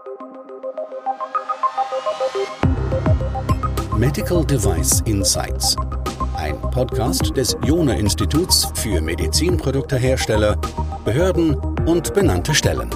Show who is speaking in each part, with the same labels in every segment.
Speaker 1: Medical Device Insights, ein Podcast des Jona-Instituts für Medizinproduktehersteller, Behörden und benannte Stellen.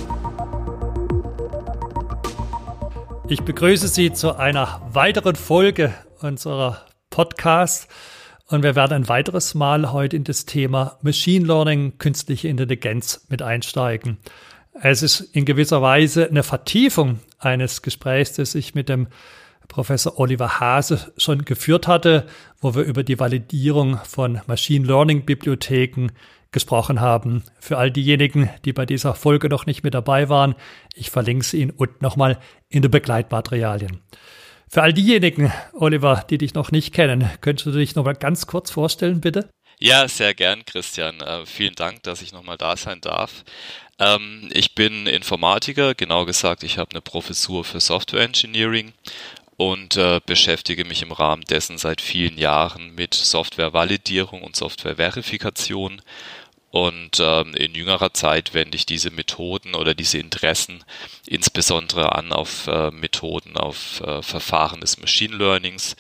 Speaker 2: Ich begrüße Sie zu einer weiteren Folge unserer Podcasts und wir werden ein weiteres Mal heute in das Thema Machine Learning, künstliche Intelligenz mit einsteigen. Es ist in gewisser Weise eine Vertiefung eines Gesprächs, das ich mit dem Professor Oliver Hase schon geführt hatte, wo wir über die Validierung von Machine Learning Bibliotheken gesprochen haben. Für all diejenigen, die bei dieser Folge noch nicht mit dabei waren, ich verlinke sie Ihnen unten nochmal in den Begleitmaterialien. Für all diejenigen, Oliver, die dich noch nicht kennen, könntest du dich nochmal ganz kurz vorstellen, bitte?
Speaker 3: Ja, sehr gern, Christian. Vielen Dank, dass ich nochmal da sein darf. Ich bin Informatiker, genau gesagt, ich habe eine Professur für Software Engineering und beschäftige mich im Rahmen dessen seit vielen Jahren mit Softwarevalidierung und Softwareverifikation. Und in jüngerer Zeit wende ich diese Methoden oder diese Interessen insbesondere an auf Methoden, auf Verfahren des Machine Learnings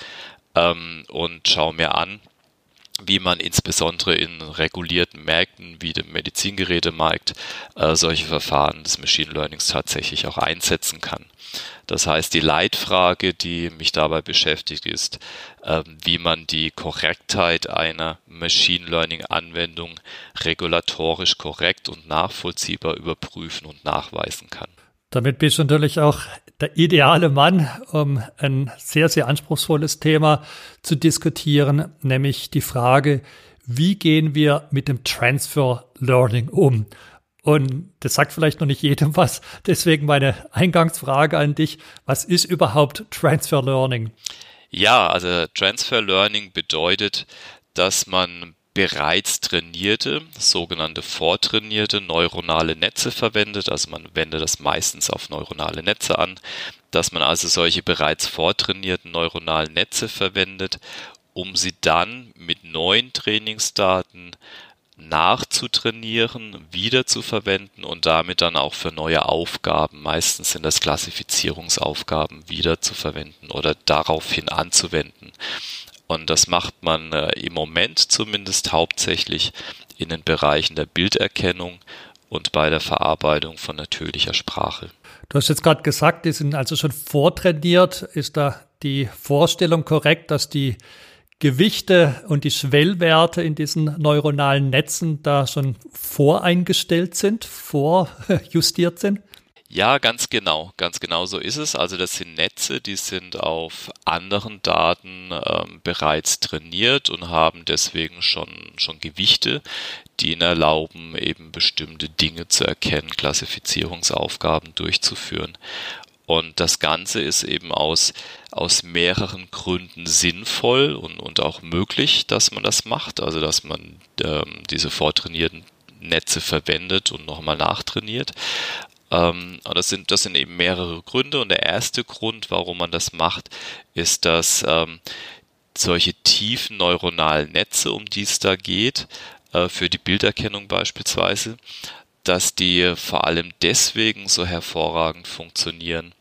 Speaker 3: und schaue mir an, wie man insbesondere in regulierten Märkten wie dem Medizingerätemarkt solche Verfahren des Machine Learnings tatsächlich auch einsetzen kann. Das heißt, die Leitfrage, die mich dabei beschäftigt, ist, wie man die Korrektheit einer Machine Learning-Anwendung regulatorisch korrekt und nachvollziehbar überprüfen und nachweisen kann.
Speaker 2: Damit bist du natürlich auch der ideale Mann, um ein sehr, sehr anspruchsvolles Thema zu diskutieren, nämlich die Frage, wie gehen wir mit dem Transfer Learning um? Und das sagt vielleicht noch nicht jedem was, deswegen meine Eingangsfrage an dich, was ist überhaupt Transfer Learning?
Speaker 3: Ja, also Transfer Learning bedeutet, dass man bereits trainierte, sogenannte vortrainierte neuronale Netze verwendet, also man wendet das meistens auf neuronale Netze an, dass man also solche bereits vortrainierten neuronalen Netze verwendet, um sie dann mit neuen Trainingsdaten nachzutrainieren, wieder zu verwenden und damit dann auch für neue Aufgaben, meistens sind das Klassifizierungsaufgaben, wieder zu verwenden oder daraufhin anzuwenden. Und das macht man im Moment zumindest hauptsächlich in den Bereichen der Bilderkennung und bei der Verarbeitung von natürlicher Sprache.
Speaker 2: Du hast jetzt gerade gesagt, die sind also schon vortrainiert. Ist da die Vorstellung korrekt, dass die Gewichte und die Schwellwerte in diesen neuronalen Netzen da schon voreingestellt sind, vorjustiert sind?
Speaker 3: Ja, ganz genau so ist es. Also das sind Netze, die sind auf anderen Daten bereits trainiert und haben deswegen schon Gewichte, die ihnen erlauben, eben bestimmte Dinge zu erkennen, Klassifizierungsaufgaben durchzuführen. Und das Ganze ist eben aus mehreren Gründen sinnvoll und auch möglich, dass man das macht, also dass man diese vortrainierten Netze verwendet und nochmal nachtrainiert. Das sind eben mehrere Gründe und der erste Grund, warum man das macht, ist, dass solche tiefen neuronalen Netze, um die es da geht, für die Bilderkennung beispielsweise, dass die vor allem deswegen so hervorragend funktionieren,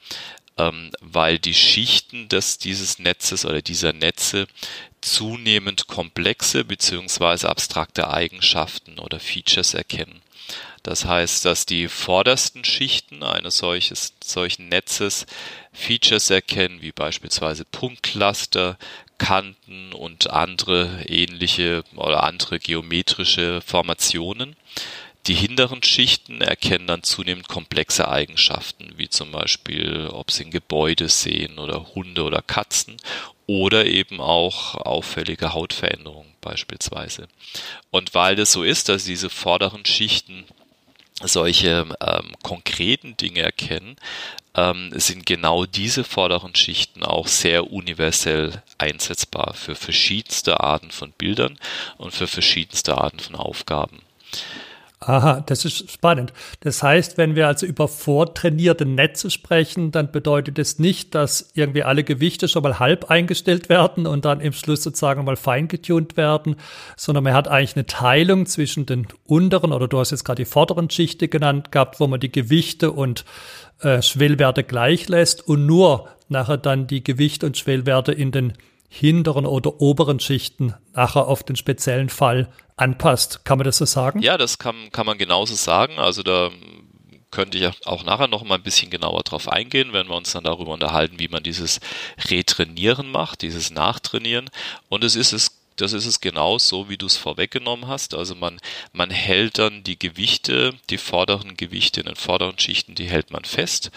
Speaker 3: weil die Schichten dieses Netzes oder dieser Netze zunehmend komplexe bzw. abstrakte Eigenschaften oder Features erkennen. Das heißt, dass die vordersten Schichten eines solchen Netzes Features erkennen, wie beispielsweise Punktcluster, Kanten und andere ähnliche oder andere geometrische Formationen. Die hinteren Schichten erkennen dann zunehmend komplexe Eigenschaften, wie zum Beispiel, ob sie ein Gebäude sehen oder Hunde oder Katzen oder eben auch auffällige Hautveränderungen beispielsweise. Und weil das so ist, dass diese vorderen Schichten solche konkreten Dinge erkennen, sind genau diese vorderen Schichten auch sehr universell einsetzbar für verschiedenste Arten von Bildern und für verschiedenste Arten von Aufgaben.
Speaker 2: Aha, das ist spannend. Das heißt, wenn wir also über vortrainierte Netze sprechen, dann bedeutet es nicht, dass irgendwie alle Gewichte schon mal halb eingestellt werden und dann im Schluss sozusagen mal feingetuned werden, sondern man hat eigentlich eine Teilung zwischen den unteren, oder du hast jetzt gerade die vorderen Schichten genannt gehabt, wo man die Gewichte und Schwellwerte gleich lässt und nur nachher dann die Gewichte und Schwellwerte in den hinteren oder oberen Schichten nachher auf den speziellen Fall anpasst. Kann man das so sagen?
Speaker 3: Ja, das kann man genauso sagen. Also da könnte ich auch nachher noch mal ein bisschen genauer drauf eingehen, wenn wir uns dann darüber unterhalten, wie man dieses Retrainieren macht, dieses Nachtrainieren. Und das ist es genau so, wie du es vorweggenommen hast. Also man hält dann die Gewichte, die vorderen Gewichte in den vorderen Schichten, die hält man fest,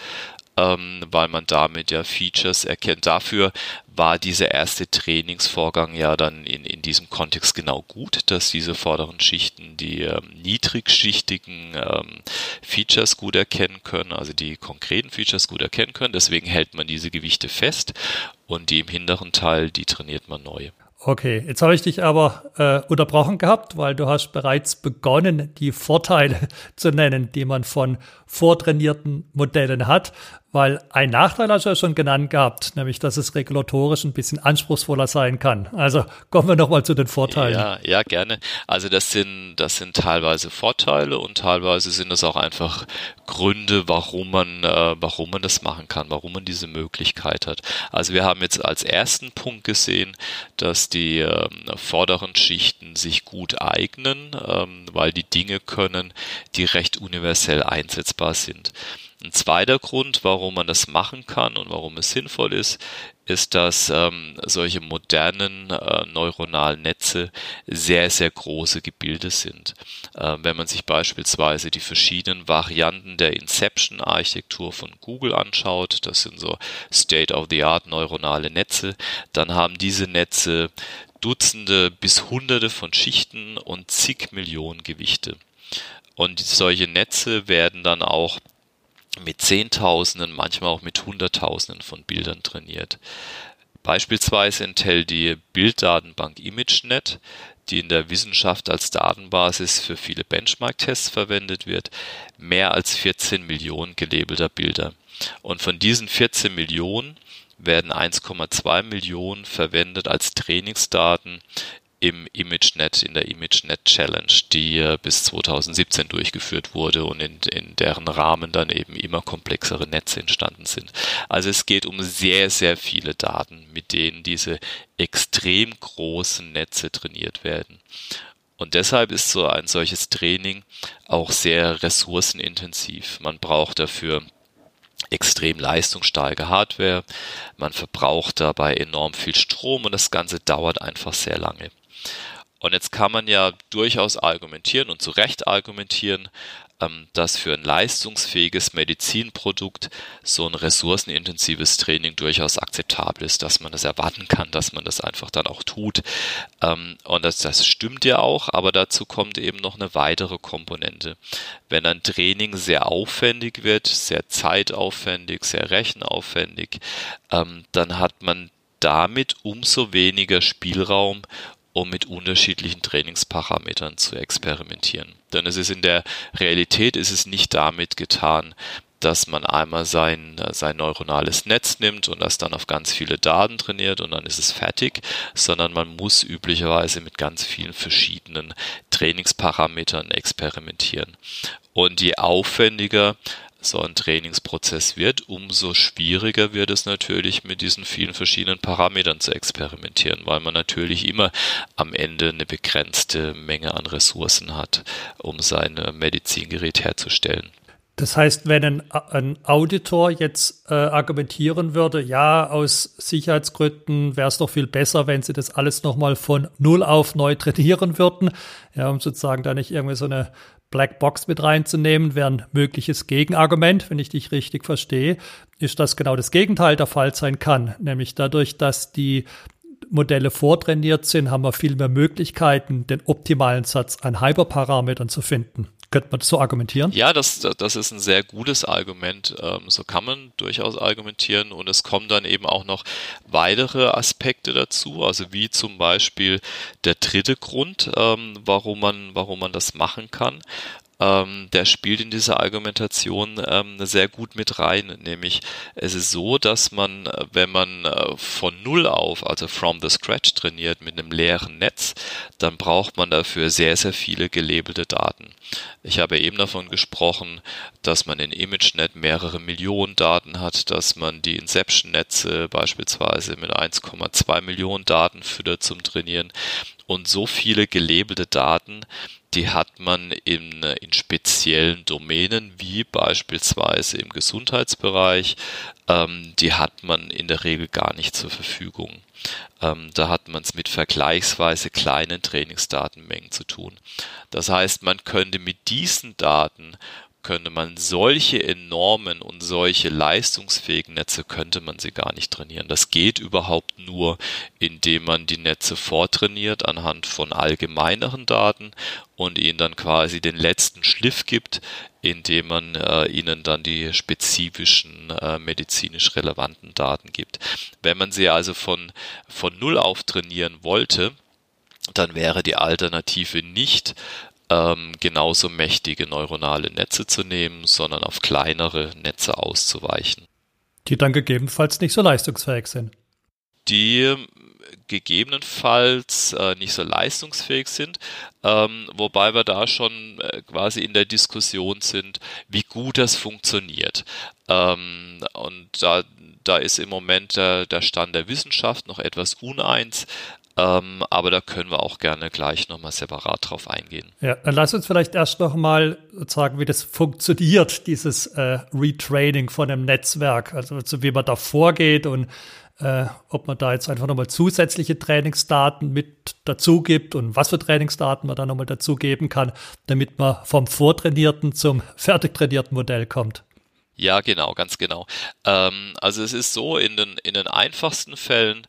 Speaker 3: weil man damit ja Features erkennt. Dafür war dieser erste Trainingsvorgang ja dann in diesem Kontext genau gut, dass diese vorderen Schichten die niedrigschichtigen Features gut erkennen können, also die konkreten Features gut erkennen können. Deswegen hält man diese Gewichte und die im hinteren Teil, die trainiert man neu.
Speaker 2: Okay, jetzt habe ich dich aber unterbrochen gehabt, weil du hast bereits begonnen, die Vorteile zu nennen, die man von vortrainierten Modellen hat, weil ein Nachteil hast du ja schon genannt gehabt, nämlich, dass es regulatorisch ein bisschen anspruchsvoller sein kann. Also kommen wir nochmal zu den Vorteilen.
Speaker 3: Ja, gerne. Also das sind teilweise Vorteile und teilweise sind es auch einfach Gründe, warum man das machen kann, warum man diese Möglichkeit hat. Also wir haben jetzt als ersten Punkt gesehen, dass die vorderen Schichten sich gut eignen, weil die Dinge können, die recht universell einsetzbar sind. Ein zweiter Grund, warum man das machen kann und warum es sinnvoll ist, dass solche modernen neuronalen Netze sehr, sehr große Gebilde sind. Wenn man sich beispielsweise die verschiedenen Varianten der Inception-Architektur von Google anschaut, das sind so State-of-the-Art neuronale Netze, dann haben diese Netze Dutzende bis Hunderte von Schichten und zig Millionen Gewichte. Und solche Netze werden dann auch mit Zehntausenden, manchmal auch mit Hunderttausenden von Bildern trainiert. Beispielsweise enthält die Bilddatenbank ImageNet, die in der Wissenschaft als Datenbasis für viele Benchmark-Tests verwendet wird, mehr als 14 Millionen gelabelter Bilder. Und von diesen 14 Millionen werden 1,2 Millionen verwendet als Trainingsdaten in der ImageNet Challenge, die bis 2017 durchgeführt wurde und in deren Rahmen dann eben immer komplexere Netze entstanden sind. Also es geht um sehr, sehr viele Daten, mit denen diese extrem großen Netze trainiert werden. Und deshalb ist so ein solches Training auch sehr ressourcenintensiv. Man braucht dafür extrem leistungsstarke Hardware, man verbraucht dabei enorm viel Strom und das Ganze dauert einfach sehr lange. Und jetzt kann man ja durchaus argumentieren und zu Recht argumentieren, dass für ein leistungsfähiges Medizinprodukt so ein ressourcenintensives Training durchaus akzeptabel ist, dass man das erwarten kann, dass man das einfach dann auch tut. Und das stimmt ja auch, aber dazu kommt eben noch eine weitere Komponente. Wenn ein Training sehr aufwendig wird, sehr zeitaufwendig, sehr rechenaufwendig, dann hat man damit umso weniger Spielraum, um mit unterschiedlichen Trainingsparametern zu experimentieren. Denn es ist in der Realität nicht damit getan, dass man einmal sein neuronales Netz nimmt und das dann auf ganz viele Daten trainiert und dann ist es fertig, sondern man muss üblicherweise mit ganz vielen verschiedenen Trainingsparametern experimentieren. Und je aufwendiger so ein Trainingsprozess wird, umso schwieriger wird es natürlich, mit diesen vielen verschiedenen Parametern zu experimentieren, weil man natürlich immer am Ende eine begrenzte Menge an Ressourcen hat, um sein Medizingerät herzustellen.
Speaker 2: Das heißt, wenn ein Auditor jetzt argumentieren würde, ja, aus Sicherheitsgründen wäre es doch viel besser, wenn sie das alles nochmal von Null auf neu trainieren würden, ja, um sozusagen da nicht irgendwie so eine Blackbox mit reinzunehmen, wäre ein mögliches Gegenargument, wenn ich dich richtig verstehe, ist, dass genau das Gegenteil der Fall sein kann. Nämlich dadurch, dass die Modelle vortrainiert sind, haben wir viel mehr Möglichkeiten, den optimalen Satz an Hyperparametern zu finden. Könnte man das so argumentieren?
Speaker 3: Ja, das ist ein sehr gutes Argument. So kann man durchaus argumentieren und es kommen dann eben auch noch weitere Aspekte dazu, also wie zum Beispiel der dritte Grund, warum man das machen kann. der spielt in dieser Argumentation sehr gut mit rein. Nämlich es ist so, dass man, wenn man von Null auf, also from the scratch trainiert mit einem leeren Netz, dann braucht man dafür sehr, sehr viele gelabelte Daten. Ich habe eben davon gesprochen, dass man in ImageNet mehrere Millionen Daten hat, dass man die Inception-Netze beispielsweise mit 1,2 Millionen Daten füttert zum Trainieren. Und so viele gelabelte Daten, die hat man in speziellen Domänen, wie beispielsweise im Gesundheitsbereich, die hat man in der Regel gar nicht zur Verfügung. Da hat man es mit vergleichsweise kleinen Trainingsdatenmengen zu tun. Das heißt, man könnte mit diesen Daten solche enormen und solche leistungsfähigen Netze könnte man sie gar nicht trainieren. Das geht überhaupt nur, indem man die Netze vortrainiert anhand von allgemeineren Daten und ihnen dann quasi den letzten Schliff gibt, indem man ihnen dann die spezifischen medizinisch relevanten Daten gibt. Wenn man sie also von Null auf trainieren wollte, dann wäre die Alternative nicht, genauso mächtige neuronale Netze zu nehmen, sondern auf kleinere Netze auszuweichen.
Speaker 2: Die dann gegebenenfalls nicht so leistungsfähig sind.
Speaker 3: Die gegebenenfalls nicht so leistungsfähig sind, wobei wir da schon quasi in der Diskussion sind, wie gut das funktioniert. Und da ist im Moment der Stand der Wissenschaft noch etwas uneins. Aber da können wir auch gerne gleich nochmal separat drauf eingehen.
Speaker 2: Ja, dann lass uns vielleicht erst nochmal sagen, wie das funktioniert, dieses Retraining von einem Netzwerk, also wie man da vorgeht und ob man da jetzt einfach nochmal zusätzliche Trainingsdaten mit dazu gibt und was für Trainingsdaten man da nochmal dazu geben kann, damit man vom vortrainierten zum fertig trainierten Modell kommt.
Speaker 3: Ja, genau, ganz genau. Also es ist so, in den einfachsten Fällen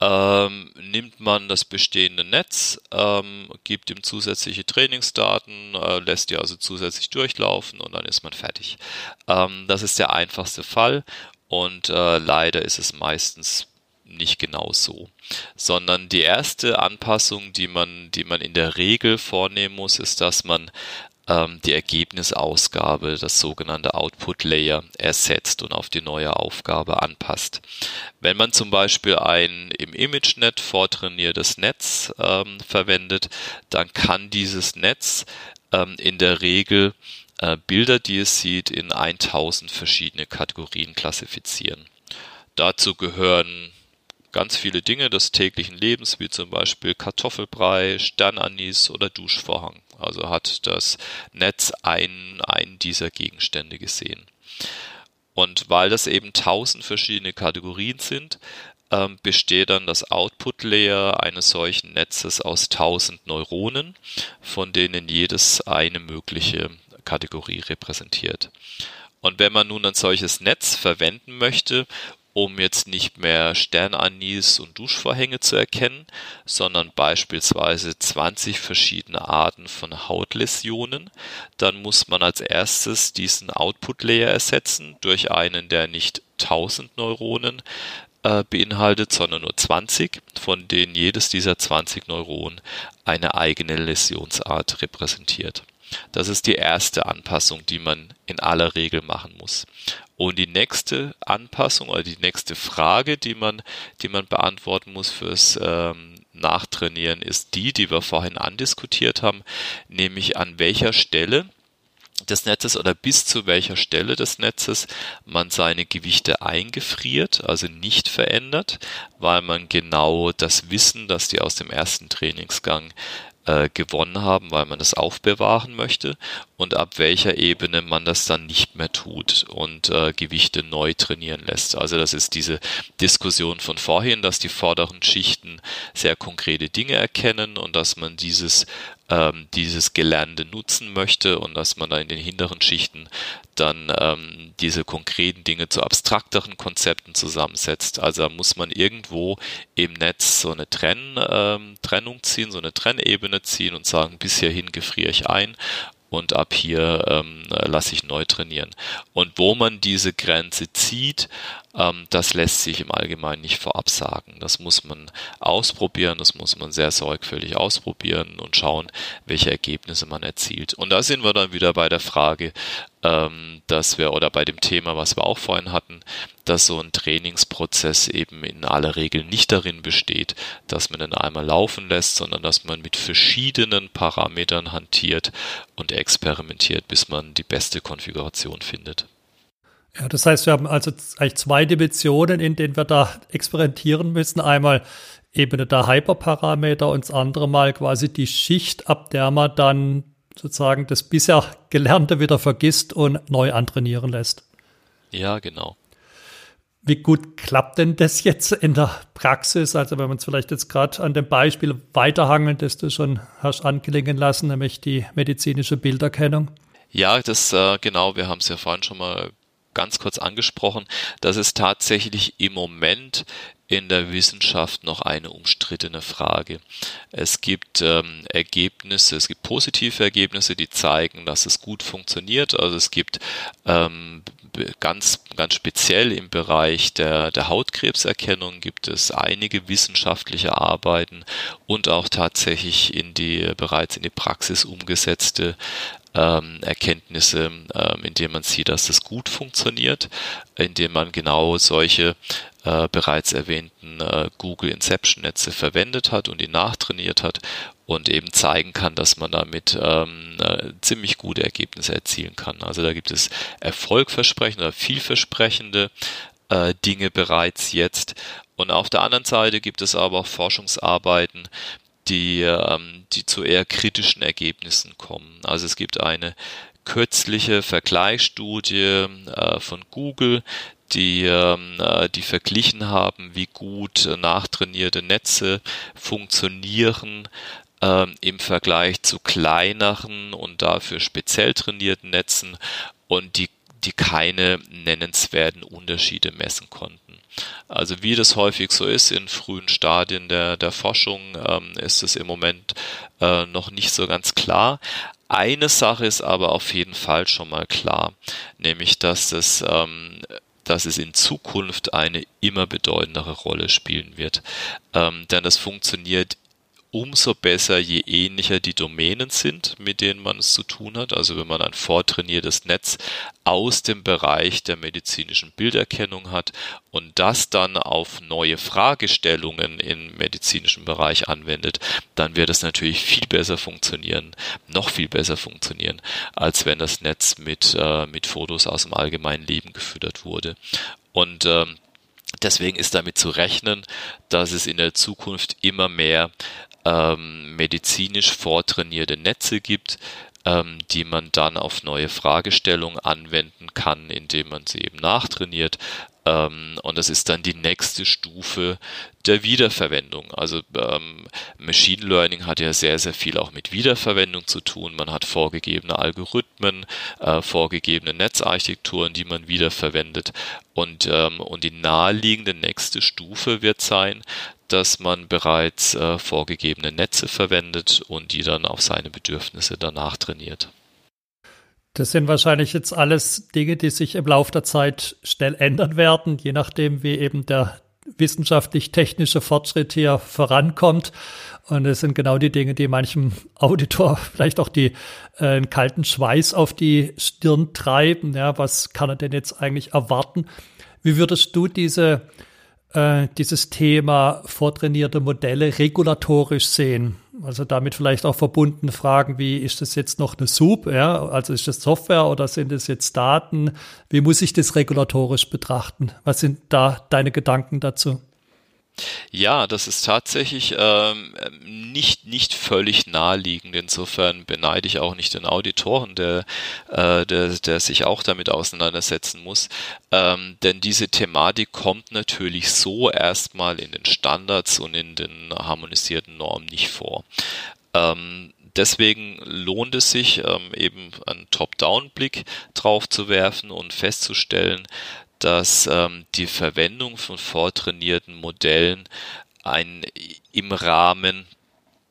Speaker 3: nimmt man das bestehende Netz, gibt ihm zusätzliche Trainingsdaten, lässt die also zusätzlich durchlaufen und dann ist man fertig. Das ist der einfachste Fall und leider ist es meistens nicht genau so, sondern die erste Anpassung, die man in der Regel vornehmen muss, ist, dass man die Ergebnisausgabe, das sogenannte Output Layer, ersetzt und auf die neue Aufgabe anpasst. Wenn man zum Beispiel ein im ImageNet vortrainiertes Netz verwendet, dann kann dieses Netz in der Regel Bilder, die es sieht, in 1000 verschiedene Kategorien klassifizieren. Dazu gehören ganz viele Dinge des täglichen Lebens, wie zum Beispiel Kartoffelbrei, Sternanis oder Duschvorhang. Also hat das Netz einen dieser Gegenstände gesehen. Und weil das eben 1000 verschiedene Kategorien sind, besteht dann das Output-Layer eines solchen Netzes aus 1000 Neuronen, von denen jedes eine mögliche Kategorie repräsentiert. Und wenn man nun ein solches Netz verwenden möchte, um jetzt nicht mehr Sternanis und Duschvorhänge zu erkennen, sondern beispielsweise 20 verschiedene Arten von Hautläsionen, dann muss man als erstes diesen Output-Layer ersetzen durch einen, der nicht 1000 Neuronen beinhaltet, sondern nur 20, von denen jedes dieser 20 Neuronen eine eigene Läsionsart repräsentiert. Das ist die erste Anpassung, die man in aller Regel machen muss. Und die nächste Anpassung oder die nächste Frage, die man beantworten muss fürs Nachtrainieren, ist die wir vorhin andiskutiert haben, nämlich an welcher Stelle des Netzes oder bis zu welcher Stelle des Netzes man seine Gewichte eingefriert, also nicht verändert, weil man genau das Wissen, das die aus dem ersten Trainingsgang gewonnen haben, weil man das aufbewahren möchte und ab welcher Ebene man das dann nicht mehr tut und Gewichte neu trainieren lässt. Also das ist diese Diskussion von vorhin, dass die vorderen Schichten sehr konkrete Dinge erkennen und dass man dieses Gelernte nutzen möchte und dass man da in den hinteren Schichten dann diese konkreten Dinge zu abstrakteren Konzepten zusammensetzt. Also da muss man irgendwo im Netz so eine Trennung ziehen, so eine Trennebene ziehen und sagen, bis hierhin gefriere ich ein und ab hier lasse ich neu trainieren. Und wo man diese Grenze zieht, das lässt sich im Allgemeinen nicht vorab sagen. Das muss man ausprobieren, das muss man sehr sorgfältig ausprobieren und schauen, welche Ergebnisse man erzielt. Und da sind wir dann wieder bei der Frage, oder bei dem Thema, was wir auch vorhin hatten, dass so ein Trainingsprozess eben in aller Regel nicht darin besteht, dass man ihn einmal laufen lässt, sondern dass man mit verschiedenen Parametern hantiert und experimentiert, bis man die beste Konfiguration findet.
Speaker 2: Ja, das heißt, wir haben also eigentlich zwei Dimensionen, in denen wir da experimentieren müssen. Einmal Ebene der Hyperparameter und das andere Mal quasi die Schicht, ab der man dann sozusagen das bisher Gelernte wieder vergisst und neu antrainieren lässt.
Speaker 3: Ja, genau.
Speaker 2: Wie gut klappt denn das jetzt in der Praxis? Also wenn man es vielleicht jetzt gerade an dem Beispiel weiterhangeln, das du schon hast anklingen lassen, nämlich die medizinische Bilderkennung.
Speaker 3: Ja, das genau, wir haben es ja vorhin schon mal ganz kurz angesprochen. Das ist tatsächlich im Moment in der Wissenschaft noch eine umstrittene Frage. Es gibt Ergebnisse, es gibt positive Ergebnisse, die zeigen, dass es gut funktioniert. Also es gibt ganz speziell im Bereich der Hautkrebserkennung gibt es einige wissenschaftliche Arbeiten und auch tatsächlich bereits in die Praxis umgesetzte Erkenntnisse, indem man sieht, dass das gut funktioniert, indem man genau solche bereits erwähnten Google Inception-Netze verwendet hat und die nachtrainiert hat und eben zeigen kann, dass man damit ziemlich gute Ergebnisse erzielen kann. Also da gibt es erfolgversprechende oder vielversprechende Dinge bereits jetzt. Und auf der anderen Seite gibt es aber auch Forschungsarbeiten, die zu eher kritischen Ergebnissen kommen. Also es gibt eine kürzliche Vergleichsstudie von Google, die verglichen haben, wie gut nachtrainierte Netze funktionieren im Vergleich zu kleineren und dafür speziell trainierten Netzen und die keine nennenswerten Unterschiede messen konnten. Also wie das häufig so ist in frühen Stadien der Forschung, ist es im Moment noch nicht so ganz klar. Eine Sache ist aber auf jeden Fall schon mal klar, nämlich dass es in Zukunft eine immer bedeutendere Rolle spielen wird. Denn das funktioniert umso besser, je ähnlicher die Domänen sind, mit denen man es zu tun hat. Also wenn man ein vortrainiertes Netz aus dem Bereich der medizinischen Bilderkennung hat und das dann auf neue Fragestellungen im medizinischen Bereich anwendet, dann wird es natürlich viel besser funktionieren, noch viel besser funktionieren, als wenn das Netz mit Fotos aus dem allgemeinen Leben gefüttert wurde. Und deswegen ist damit zu rechnen, dass es in der Zukunft immer mehr medizinisch vortrainierte Netze gibt, die man dann auf neue Fragestellungen anwenden kann, indem man sie eben nachtrainiert. Und das ist dann die nächste Stufe der Wiederverwendung. Also Machine Learning hat ja sehr, sehr viel auch mit Wiederverwendung zu tun. Man hat vorgegebene Algorithmen, vorgegebene Netzarchitekturen, die man wiederverwendet. Und die naheliegende nächste Stufe wird sein, dass man bereits vorgegebene Netze verwendet und die dann auf seine Bedürfnisse danach trainiert.
Speaker 2: Das sind wahrscheinlich jetzt alles Dinge, die sich im Laufe der Zeit schnell ändern werden, je nachdem, wie eben der wissenschaftlich-technische Fortschritt hier vorankommt. Und das sind genau die Dinge, die manchem Auditor vielleicht auch einen kalten Schweiß auf die Stirn treiben. Ja, was kann er denn jetzt eigentlich erwarten? Wie würdest du dieses Thema vortrainierte Modelle regulatorisch sehen? Also damit vielleicht auch verbunden Fragen wie, ist das jetzt noch eine SUB? Ja? Also ist das Software oder sind es jetzt Daten? Wie muss ich das regulatorisch betrachten? Was sind da deine Gedanken dazu?
Speaker 3: Ja, das ist tatsächlich nicht völlig naheliegend. Insofern beneide ich auch nicht den Auditoren, der sich auch damit auseinandersetzen muss. Denn diese Thematik kommt natürlich so erstmal in den Standards und in den harmonisierten Normen nicht vor. Deswegen lohnt es sich, eben einen Top-Down-Blick drauf zu werfen und festzustellen, dass die Verwendung von vortrainierten Modellen im Rahmen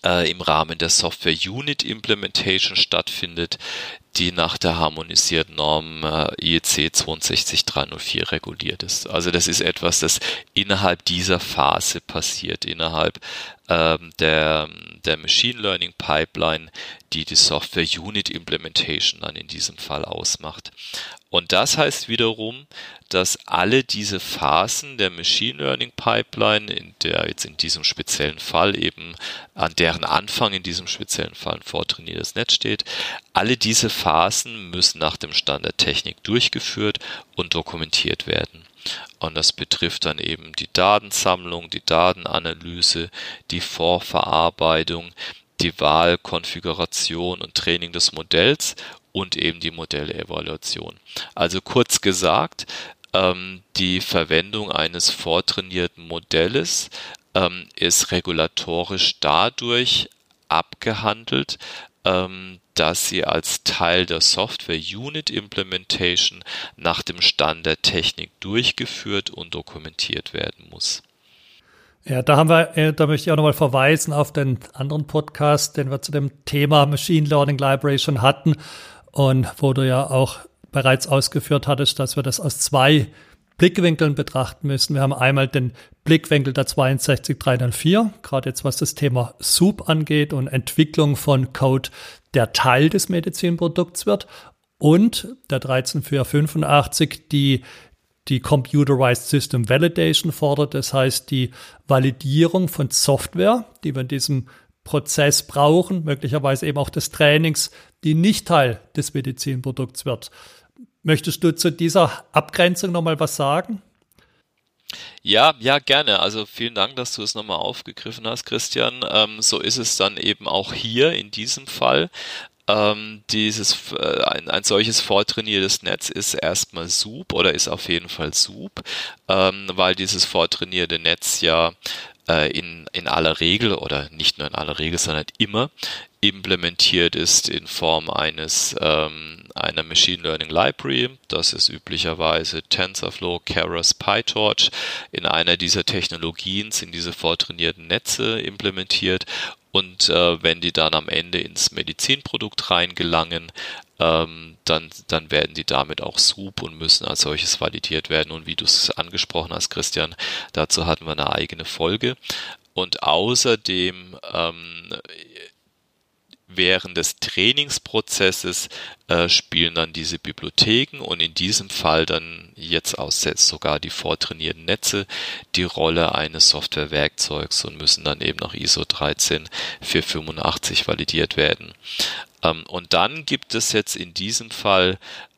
Speaker 3: im Rahmen der Software Unit Implementation stattfindet, die nach der harmonisierten Norm IEC 62304 reguliert ist. Also das ist etwas, das innerhalb dieser Phase passiert, innerhalb der Machine Learning Pipeline, die Software Unit Implementation dann in diesem Fall ausmacht. Und das heißt wiederum, dass alle diese Phasen der Machine Learning Pipeline, in der jetzt in diesem speziellen Fall eben an deren Anfang in diesem speziellen Fall ein vortrainiertes Netz steht, alle diese Phasen müssen nach dem Stand der Technik durchgeführt und dokumentiert werden. Und das betrifft dann eben die Datensammlung, die Datenanalyse, die Vorverarbeitung, die Wahl, Konfiguration und Training des Modells und eben die Modellevaluation. Also kurz gesagt, die Verwendung eines vortrainierten Modells ist regulatorisch dadurch abgehandelt, dass sie als Teil der Software Unit Implementation nach dem Stand der Technik durchgeführt und dokumentiert werden muss.
Speaker 2: Ja, da möchte ich auch nochmal verweisen auf den anderen Podcast, den wir zu dem Thema Machine Learning Library schon hatten und wo du ja auch bereits ausgeführt hattest, dass wir das aus 2 Blickwinkeln betrachten müssen. Wir haben einmal den Blickwinkel der 62304, gerade jetzt was das Thema SOUP angeht und Entwicklung von Code, der Teil des Medizinprodukts wird, und der 13485, die Computerized System Validation fordert, das heißt die Validierung von Software, die wir in diesem Prozess brauchen, möglicherweise eben auch des Trainings, die nicht Teil des Medizinprodukts wird. Möchtest du zu dieser Abgrenzung nochmal was sagen?
Speaker 3: Ja, gerne. Also vielen Dank, dass du es nochmal aufgegriffen hast, Christian. So ist es dann eben auch hier in diesem Fall. Ein solches vortrainiertes Netz ist erstmal SOUP oder ist auf jeden Fall SOUP, weil dieses vortrainierte Netz ja in aller Regel oder nicht nur in aller Regel, sondern immer implementiert ist in Form einer Machine Learning Library. Das ist üblicherweise TensorFlow, Keras, PyTorch. In einer dieser Technologien sind diese vortrainierten Netze implementiert. Und wenn die dann am Ende ins Medizinprodukt reingelangen, dann werden die damit auch SOUP und müssen als solches validiert werden. Und wie du es angesprochen hast, Christian, dazu hatten wir eine eigene Folge. Und außerdem während des Trainingsprozesses spielen dann diese Bibliotheken und in diesem Fall dann jetzt sogar die vortrainierten Netze die Rolle eines Softwarewerkzeugs und müssen dann eben nach ISO 13485 validiert werden. Und dann gibt es jetzt in diesem Fall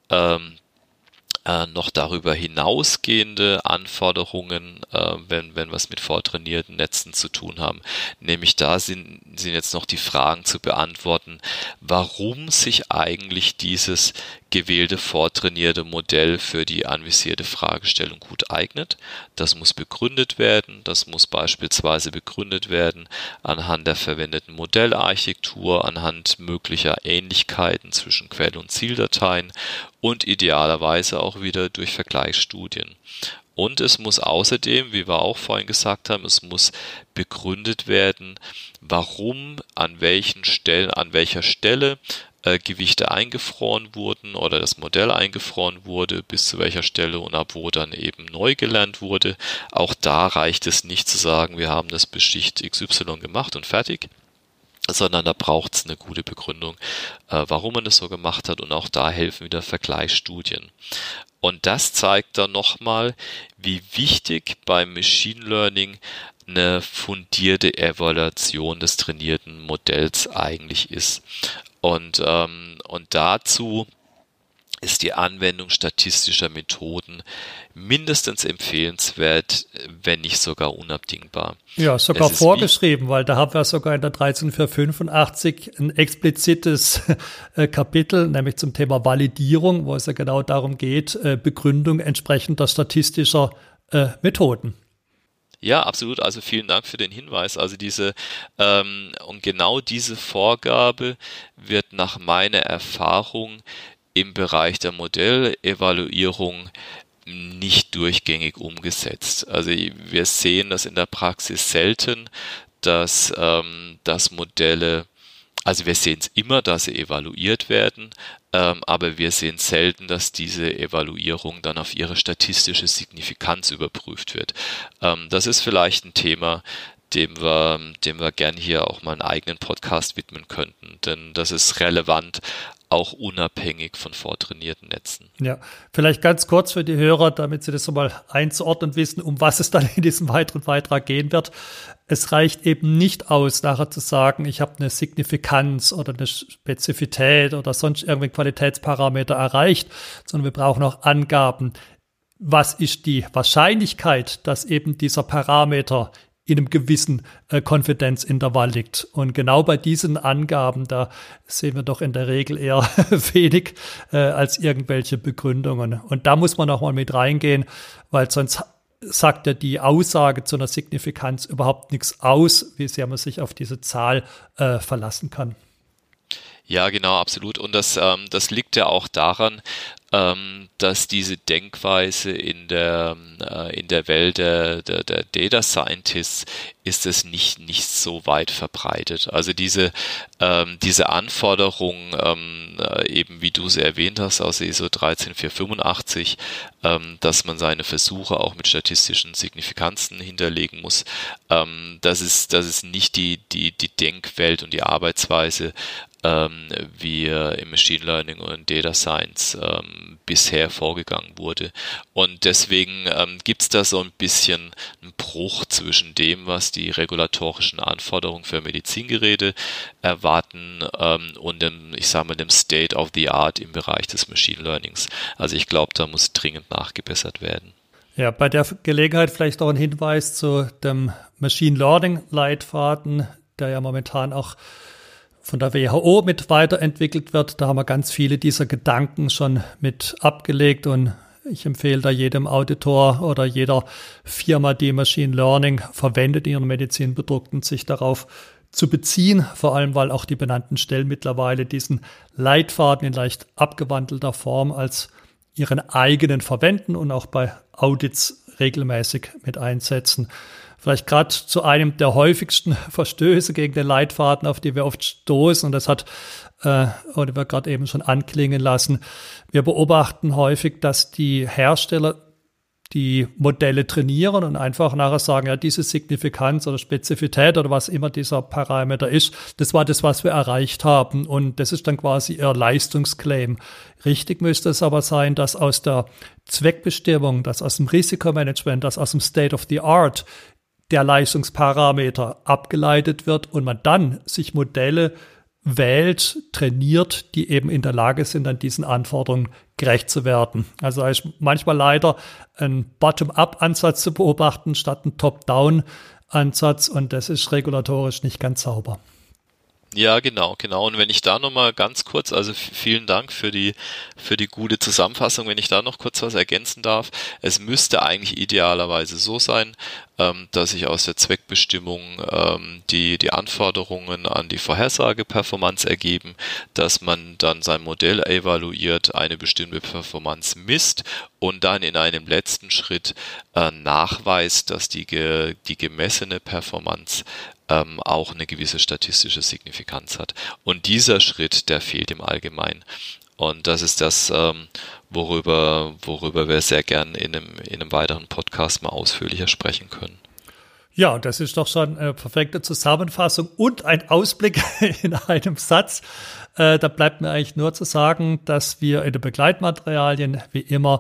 Speaker 3: noch darüber hinausgehende Anforderungen, wenn wir es mit vortrainierten Netzen zu tun haben. Nämlich da sind jetzt noch die Fragen zu beantworten, warum sich eigentlich dieses gewählte vortrainierte Modell für die anvisierte Fragestellung gut eignet. Das muss begründet werden. Das muss beispielsweise begründet werden anhand der verwendeten Modellarchitektur, anhand möglicher Ähnlichkeiten zwischen Quell- und Zieldateien und idealerweise auch wieder durch Vergleichsstudien. Und es muss außerdem, wie wir auch vorhin gesagt haben, es muss begründet werden, warum an welcher Stelle Gewichte eingefroren wurden oder das Modell eingefroren wurde, bis zu welcher Stelle und ab wo dann eben neu gelernt wurde. Auch da reicht es nicht zu sagen, wir haben das Beschicht XY gemacht und fertig, sondern da braucht es eine gute Begründung, warum man das so gemacht hat, und auch da helfen wieder Vergleichsstudien. Und das zeigt dann nochmal, wie wichtig beim Machine Learning eine fundierte Evaluation des trainierten Modells eigentlich ist. Und dazu ist die Anwendung statistischer Methoden mindestens empfehlenswert, wenn nicht sogar unabdingbar.
Speaker 2: Ja, sogar vorgeschrieben, weil da haben wir sogar in der 13485 ein explizites Kapitel, nämlich zum Thema Validierung, wo es ja genau darum geht, Begründung entsprechender statistischer Methoden.
Speaker 3: Ja, absolut. Also vielen Dank für den Hinweis. Also und genau diese Vorgabe wird nach meiner Erfahrung im Bereich der Modellevaluierung nicht durchgängig umgesetzt. Also wir sehen das in der Praxis selten, dass Modelle, also wir sehen es immer, dass sie evaluiert werden, aber wir sehen selten, dass diese Evaluierung dann auf ihre statistische Signifikanz überprüft wird. Das ist vielleicht ein Thema, dem wir gern hier auch mal einen eigenen Podcast widmen könnten, denn das ist relevant, auch unabhängig von vortrainierten Netzen.
Speaker 2: Ja, vielleicht ganz kurz für die Hörer, damit sie das so mal einzuordnen wissen, um was es dann in diesem weiteren Beitrag gehen wird. Es reicht eben nicht aus, nachher zu sagen, ich habe eine Signifikanz oder eine Spezifität oder sonst irgendwie Qualitätsparameter erreicht, sondern wir brauchen auch Angaben. Was ist die Wahrscheinlichkeit, dass eben dieser Parameter in einem gewissen Konfidenzintervall liegt. Und genau bei diesen Angaben, da sehen wir doch in der Regel eher wenig als irgendwelche Begründungen. Und da muss man auch mal mit reingehen, weil sonst sagt ja die Aussage zu einer Signifikanz überhaupt nichts aus, wie sehr man sich auf diese Zahl verlassen kann.
Speaker 3: Ja, genau, absolut. Und das liegt ja auch daran, dass diese Denkweise in der Welt der Data Scientists ist es nicht so weit verbreitet. Also diese Anforderung, eben wie du sie erwähnt hast aus ISO 13485, dass man seine Versuche auch mit statistischen Signifikanzen hinterlegen muss, das ist nicht die Denkwelt und die Arbeitsweise, wie im Machine Learning und Data Science bisher vorgegangen wurde. Und deswegen gibt es da so ein bisschen einen Bruch zwischen dem, was die regulatorischen Anforderungen für Medizingeräte erwarten und dem State of the Art im Bereich des Machine Learnings. Also ich glaube, da muss dringend nachgebessert werden.
Speaker 2: Ja, bei der Gelegenheit vielleicht auch ein Hinweis zu dem Machine Learning Leitfaden, der ja momentan auch von der WHO mit weiterentwickelt wird. Da haben wir ganz viele dieser Gedanken schon mit abgelegt und ich empfehle da jedem Auditor oder jeder Firma, die Machine Learning verwendet in ihren Medizinprodukten, sich darauf zu beziehen, vor allem weil auch die benannten Stellen mittlerweile diesen Leitfaden in leicht abgewandelter Form als ihren eigenen verwenden und auch bei Audits regelmäßig mit einsetzen. Vielleicht gerade zu einem der häufigsten Verstöße gegen den Leitfaden, auf die wir oft stoßen. Und das hat Oliver gerade eben schon anklingen lassen. Wir beobachten häufig, dass die Hersteller die Modelle trainieren und einfach nachher sagen, ja, diese Signifikanz oder Spezifität oder was immer dieser Parameter ist, das war das, was wir erreicht haben. Und das ist dann quasi ihr Leistungsclaim. Richtig müsste es aber sein, dass aus der Zweckbestimmung, dass aus dem Risikomanagement, dass aus dem State of the Art der Leistungsparameter abgeleitet wird und man dann sich Modelle wählt, trainiert, die eben in der Lage sind, an diesen Anforderungen gerecht zu werden. Also da ist manchmal leider ein Bottom-up-Ansatz zu beobachten, statt ein Top-down-Ansatz und das ist regulatorisch nicht ganz sauber.
Speaker 3: Ja, genau. Und wenn ich da nochmal ganz kurz, also vielen Dank für die gute Zusammenfassung, wenn ich da noch kurz was ergänzen darf. Es müsste eigentlich idealerweise so sein, dass sich aus der Zweckbestimmung die Anforderungen an die Vorhersageperformance ergeben, dass man dann sein Modell evaluiert, eine bestimmte Performance misst und dann in einem letzten Schritt nachweist, dass die gemessene Performance auch eine gewisse statistische Signifikanz hat. Und dieser Schritt, der fehlt im Allgemeinen. Und das ist das, worüber wir sehr gern in einem weiteren Podcast mal ausführlicher sprechen können.
Speaker 2: Ja, das ist doch schon eine perfekte Zusammenfassung und ein Ausblick in einem Satz. Da bleibt mir eigentlich nur zu sagen, dass wir in den Begleitmaterialien wie immer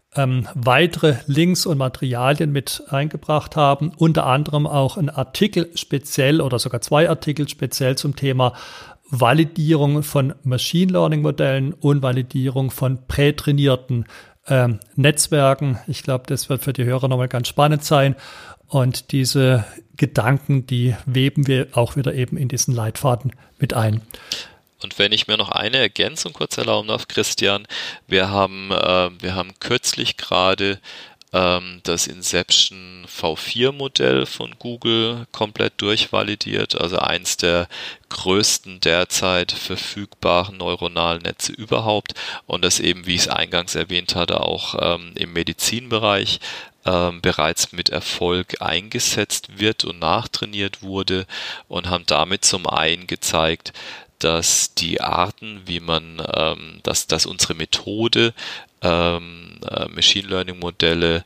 Speaker 2: weitere Links und Materialien mit eingebracht haben, unter anderem auch ein Artikel speziell oder sogar 2 Artikel speziell zum Thema Validierung von Machine Learning Modellen und Validierung von prätrainierten Netzwerken. Ich glaube, das wird für die Hörer nochmal ganz spannend sein. Und diese Gedanken, die weben wir auch wieder eben in diesen Leitfaden mit ein.
Speaker 3: Und wenn ich mir noch eine Ergänzung kurz erlauben darf, Christian, wir haben kürzlich gerade das Inception V4-Modell von Google komplett durchvalidiert, also eins der größten derzeit verfügbaren neuronalen Netze überhaupt und das eben, wie ich es eingangs erwähnt hatte, auch im Medizinbereich bereits mit Erfolg eingesetzt wird und nachtrainiert wurde und haben damit zum einen gezeigt, dass die Arten, wie man, dass unsere Methode, Machine Learning Modelle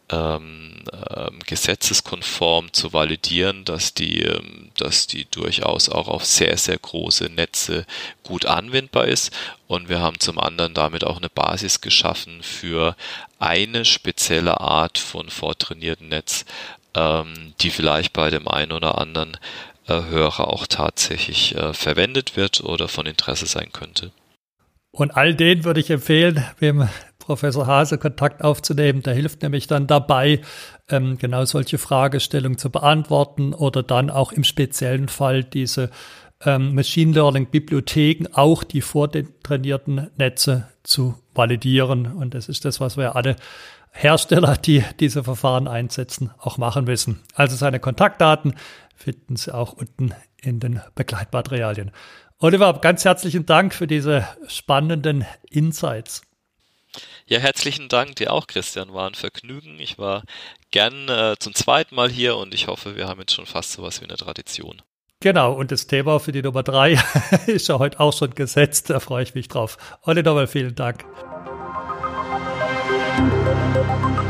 Speaker 3: gesetzeskonform zu validieren, dass die durchaus auch auf sehr, sehr große Netze gut anwendbar ist. Und wir haben zum anderen damit auch eine Basis geschaffen für eine spezielle Art von vortrainierten Netz, die vielleicht bei dem einen oder anderen Hörer auch tatsächlich verwendet wird oder von Interesse sein könnte.
Speaker 2: Und all denen würde ich empfehlen, wem Professor Hase Kontakt aufzunehmen. Der hilft nämlich dann dabei, genau solche Fragestellungen zu beantworten oder dann auch im speziellen Fall diese Machine Learning Bibliotheken, auch die vortrainierten Netze zu validieren. Und das ist das, was wir alle Hersteller, die diese Verfahren einsetzen, auch machen müssen. Also seine Kontaktdaten finden Sie auch unten in den Begleitmaterialien. Oliver, ganz herzlichen Dank für diese spannenden Insights.
Speaker 3: Ja, herzlichen Dank dir auch, Christian. War ein Vergnügen. Ich war gern zum zweiten Mal hier und ich hoffe, wir haben jetzt schon fast sowas wie eine Tradition.
Speaker 2: Genau, und das Thema für die Nummer 3 ist ja heute auch schon gesetzt. Da freue ich mich drauf. Olli, nochmal vielen Dank.